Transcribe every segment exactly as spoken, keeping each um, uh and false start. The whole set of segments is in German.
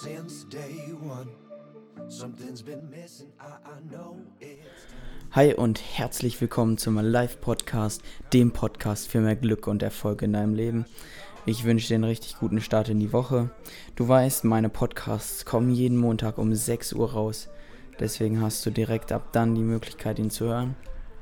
since day one. Something's been missing, I, I know it's time. Hi und herzlich willkommen zum Live-Podcast, dem Podcast für mehr Glück und Erfolg in deinem Leben. Ich wünsche dir einen richtig guten Start in die Woche. Du weißt, meine Podcasts kommen jeden Montag um sechs Uhr raus. Deswegen hast du direkt ab dann die Möglichkeit, ihn zu hören.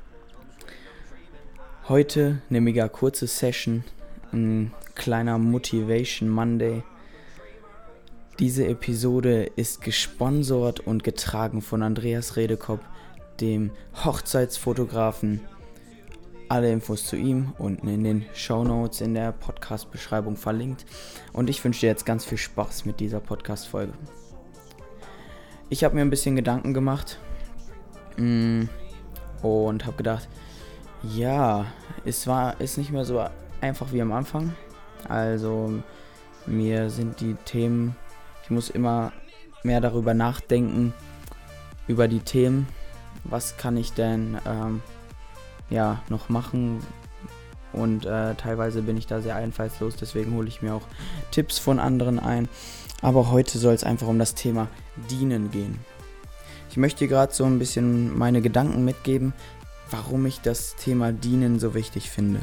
Heute eine mega kurze Session, ein kleiner Motivation Monday. Diese Episode ist gesponsert und getragen von Andreas Redekopp, dem Hochzeitsfotografen. Alle Infos zu ihm unten in den Shownotes in der Podcast-Beschreibung verlinkt. Und ich wünsche dir jetzt ganz viel Spaß mit dieser Podcast-Folge. Ich habe mir ein bisschen Gedanken gemacht und habe gedacht, ja, es war ist nicht mehr so einfach wie am Anfang. Also mir sind die Themen, ich muss immer mehr darüber nachdenken, über die Themen, was kann ich denn ähm, ja noch machen, und äh, teilweise bin ich da sehr einfallslos, deswegen hole ich mir auch Tipps von anderen ein. Aber heute soll es einfach um das Thema Dienen gehen. Ich möchte dir gerade so ein bisschen meine Gedanken mitgeben, warum ich das Thema Dienen so wichtig finde.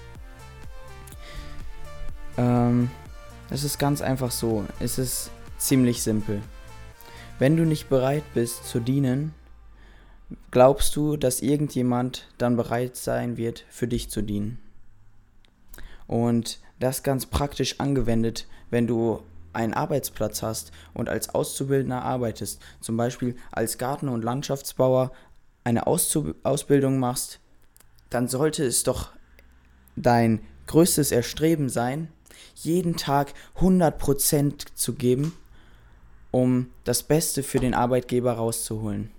Ähm, es ist ganz einfach so, es ist ziemlich simpel. Wenn du nicht bereit bist zu dienen, glaubst du, dass irgendjemand dann bereit sein wird, für dich zu dienen? Und das ganz praktisch angewendet, wenn du einen Arbeitsplatz hast und als Auszubildender arbeitest, zum Beispiel als Garten- und Landschaftsbauer eine Auszub- Ausbildung machst, dann sollte es doch dein größtes Erstreben sein, jeden Tag hundert Prozent zu geben, um das Beste für den Arbeitgeber rauszuholen.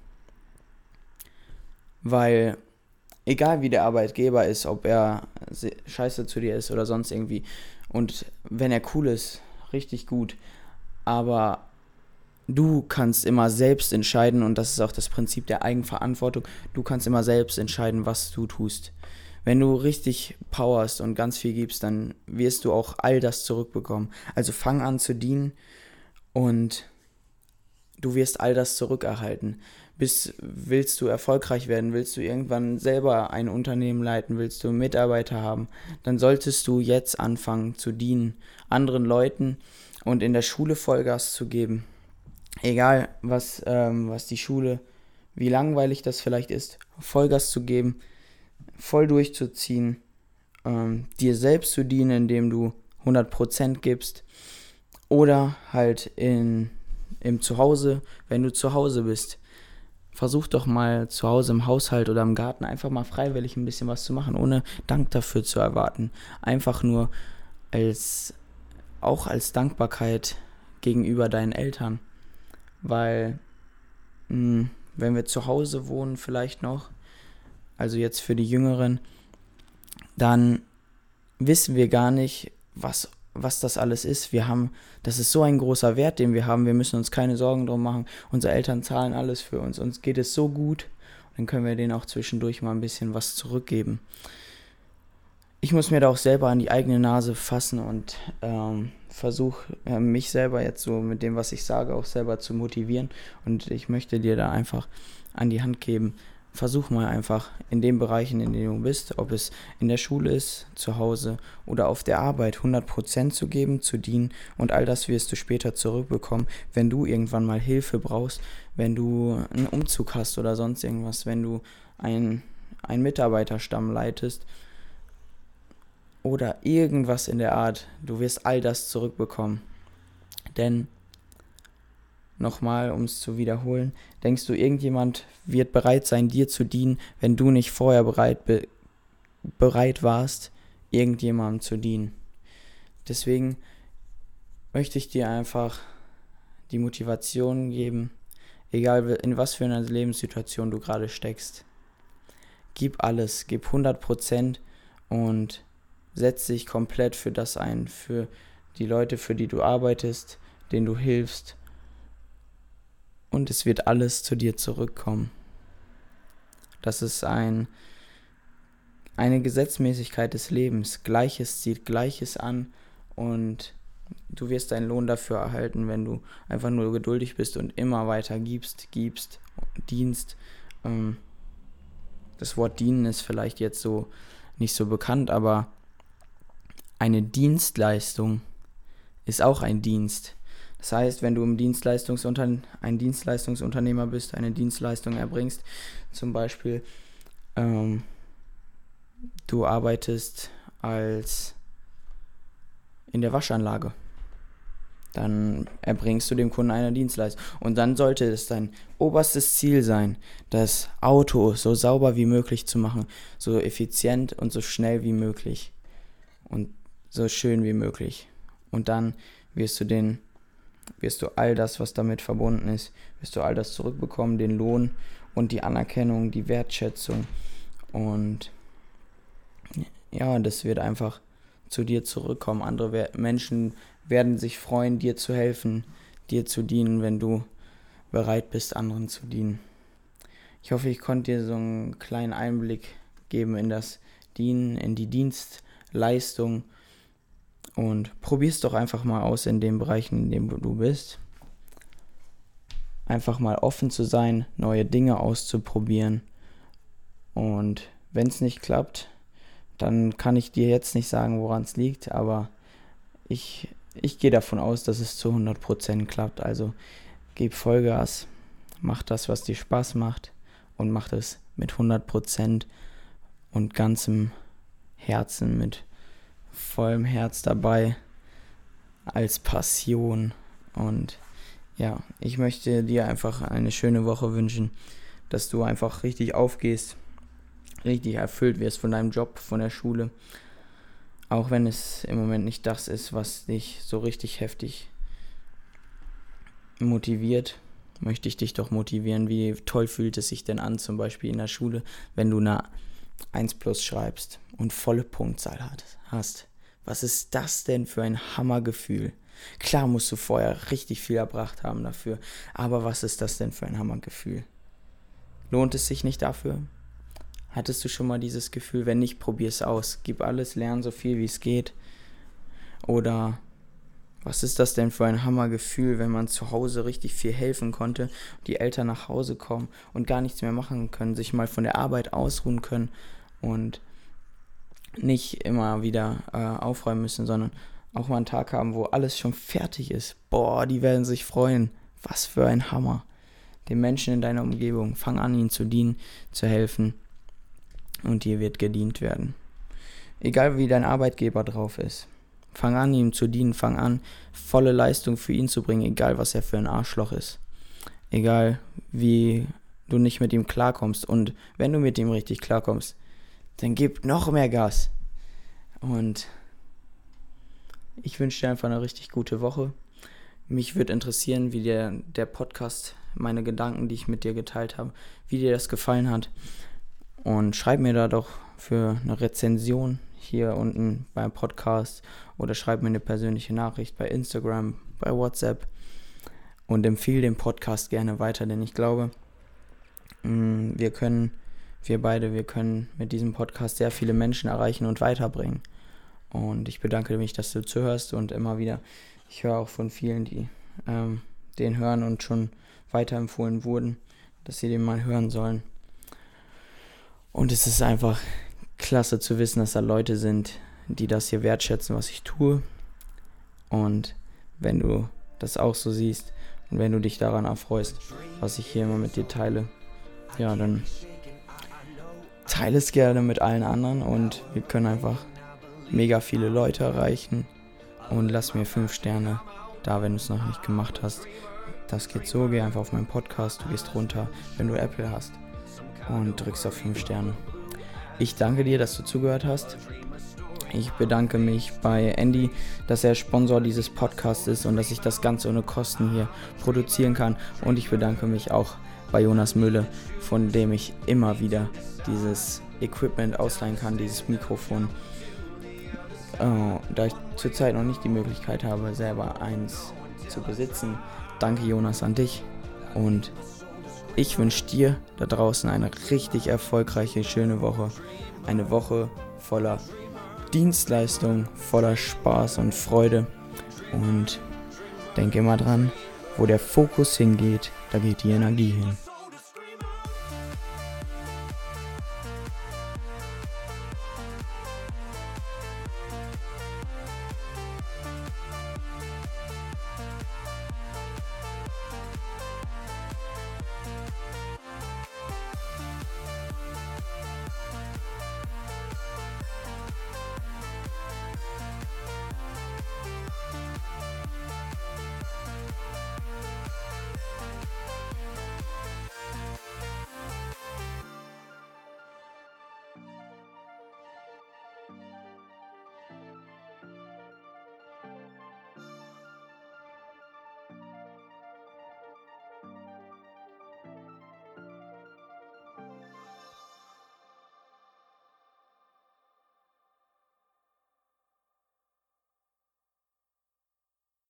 Weil, egal wie der Arbeitgeber ist, ob er scheiße zu dir ist oder sonst irgendwie, und wenn er cool ist, richtig gut, aber du kannst immer selbst entscheiden, und das ist auch das Prinzip der Eigenverantwortung, du kannst immer selbst entscheiden, was du tust. Wenn du richtig powerst und ganz viel gibst, dann wirst du auch all das zurückbekommen. Also fang an zu dienen und du wirst all das zurückerhalten. Bis, willst du erfolgreich werden, willst du irgendwann selber ein Unternehmen leiten, willst du Mitarbeiter haben, dann solltest du jetzt anfangen zu dienen, anderen Leuten, und in der Schule Vollgas zu geben. Egal, was, ähm, was die Schule, wie langweilig das vielleicht ist, Vollgas zu geben, voll durchzuziehen, ähm, dir selbst zu dienen, indem du hundert Prozent gibst, oder halt in, im Zuhause, wenn du zu Hause bist. Versuch doch mal zu Hause im Haushalt oder im Garten einfach mal freiwillig ein bisschen was zu machen, ohne Dank dafür zu erwarten. Einfach nur als, auch als Dankbarkeit gegenüber deinen Eltern. Weil, mh, wenn wir zu Hause wohnen vielleicht noch, also jetzt für die Jüngeren, dann wissen wir gar nicht, was was das alles ist. Wir haben, das ist so ein großer Wert, den wir haben. Wir müssen uns keine Sorgen drum machen. Unsere Eltern zahlen alles für uns. Uns geht es so gut. Dann können wir denen auch zwischendurch mal ein bisschen was zurückgeben. Ich muss mir da auch selber an die eigene Nase fassen und ähm, versuche äh, mich selber jetzt so mit dem, was ich sage, auch selber zu motivieren. Und ich möchte dir da einfach an die Hand geben, versuch mal einfach in den Bereichen, in denen du bist, ob es in der Schule ist, zu Hause oder auf der Arbeit, hundert Prozent zu geben, zu dienen, und all das wirst du später zurückbekommen, wenn du irgendwann mal Hilfe brauchst, wenn du einen Umzug hast oder sonst irgendwas, wenn du einen, einen Mitarbeiterstamm leitest oder irgendwas in der Art, du wirst all das zurückbekommen. Denn nochmal, um es zu wiederholen, denkst du, irgendjemand wird bereit sein, dir zu dienen, wenn du nicht vorher bereit, be- bereit warst, irgendjemandem zu dienen? Deswegen möchte ich dir einfach die Motivation geben, egal in was für einer Lebenssituation du gerade steckst. Gib alles, gib hundert Prozent und setz dich komplett für das ein, für die Leute, für die du arbeitest, denen du hilfst. Und es wird alles zu dir zurückkommen. Das ist ein, eine Gesetzmäßigkeit des Lebens. Gleiches zieht Gleiches an, und Du wirst deinen Lohn dafür erhalten, wenn du einfach nur geduldig bist und immer weiter gibst, gibst, dienst. Ähm, das Wort dienen ist vielleicht jetzt so nicht so bekannt, aber eine Dienstleistung ist auch ein Dienst. Das heißt, wenn du im Dienstleistungsunter- ein Dienstleistungsunternehmer bist, eine Dienstleistung erbringst, zum Beispiel ähm, du arbeitest als in der Waschanlage, dann erbringst du dem Kunden eine Dienstleistung. Und dann sollte es dein oberstes Ziel sein, das Auto so sauber wie möglich zu machen, so effizient und so schnell wie möglich und so schön wie möglich. Und dann wirst du den, wirst du all das, was damit verbunden ist, wirst du all das zurückbekommen, den Lohn und die Anerkennung, die Wertschätzung. Und ja, das wird einfach zu dir zurückkommen. Andere Menschen werden sich freuen, dir zu helfen, dir zu dienen, wenn du bereit bist, anderen zu dienen. Ich hoffe, ich konnte dir so einen kleinen Einblick geben in das Dienen, in die Dienstleistung, und probier's doch einfach mal aus in den Bereichen, in denen du bist. Einfach mal offen zu sein, neue Dinge auszuprobieren, und wenn es nicht klappt, dann kann ich dir jetzt nicht sagen, woran es liegt, aber ich, ich gehe davon aus, dass es zu hundert Prozent klappt. Also gib Vollgas, mach das, was dir Spaß macht, und mach das mit hundert Prozent und ganzem Herzen, mit vollem Herz dabei, als Passion. Und ja, ich möchte dir einfach eine schöne Woche wünschen, dass du einfach richtig aufgehst, richtig erfüllt wirst von deinem Job, von der Schule. Auch wenn es im Moment nicht das ist, was dich so richtig heftig motiviert, möchte ich dich doch motivieren. Wie toll fühlt es sich denn an, zum Beispiel in der Schule, wenn du eine eins plus schreibst und volle Punktzahl hast. Was ist das denn für ein Hammergefühl? Klar musst du vorher richtig viel erbracht haben dafür, aber was ist das denn für ein Hammergefühl? Lohnt es sich nicht dafür? Hattest du schon mal dieses Gefühl? Wenn nicht, probier es aus. Gib alles, lern so viel wie es geht. Oder was ist das denn für ein Hammergefühl, wenn man zu Hause richtig viel helfen konnte, die Eltern nach Hause kommen und gar nichts mehr machen können, sich mal von der Arbeit ausruhen können und nicht immer wieder äh, aufräumen müssen, sondern auch mal einen Tag haben, wo alles schon fertig ist. Boah, die werden sich freuen. Was für ein Hammer. Den Menschen in deiner Umgebung, fang an, ihnen zu dienen, zu helfen, und dir wird gedient werden. Egal wie dein Arbeitgeber drauf ist, fang an, ihm zu dienen, fang an, volle Leistung für ihn zu bringen, egal was er für ein Arschloch ist. Egal wie du nicht mit ihm klarkommst, und wenn du mit ihm richtig klarkommst, dann gib noch mehr Gas. Und ich wünsche dir einfach eine richtig gute Woche. Mich würde interessieren, wie dir der Podcast, meine Gedanken, die ich mit dir geteilt habe, wie dir das gefallen hat. Und schreib mir da doch für eine Rezension hier unten beim Podcast oder schreib mir eine persönliche Nachricht bei Instagram, bei WhatsApp, und empfehle den Podcast gerne weiter, denn ich glaube, wir können, wir beide, wir können mit diesem Podcast sehr viele Menschen erreichen und weiterbringen. Und ich bedanke mich, dass du zuhörst, und immer wieder, ich höre auch von vielen, die ähm, den hören und schon weiterempfohlen wurden, dass sie den mal hören sollen. Und es ist einfach klasse zu wissen, dass da Leute sind, die das hier wertschätzen, was ich tue. Und wenn du das auch so siehst und wenn du dich daran erfreust, was ich hier immer mit dir teile, ja, dann teile es gerne mit allen anderen, und wir können einfach mega viele Leute erreichen. Und lass mir fünf Sterne da, wenn du es noch nicht gemacht hast. Das geht so, geh einfach auf meinen Podcast, du gehst runter, wenn du Apple hast, und drückst auf fünf Sterne. Ich danke dir, dass du zugehört hast. Ich bedanke mich bei Andy, dass er Sponsor dieses Podcasts ist und dass ich das Ganze ohne Kosten hier produzieren kann. Und ich bedanke mich auch bei Jonas Mülle, von dem ich immer wieder dieses Equipment ausleihen kann, dieses Mikrofon. Äh, da ich zurzeit noch nicht die Möglichkeit habe, selber eins zu besitzen. Danke, Jonas, an dich. Und ich wünsche dir da draußen eine richtig erfolgreiche, schöne Woche. Eine Woche voller Dienstleistung, voller Spaß und Freude. Und denk immer dran, wo der Fokus hingeht, da geht die Energie hin.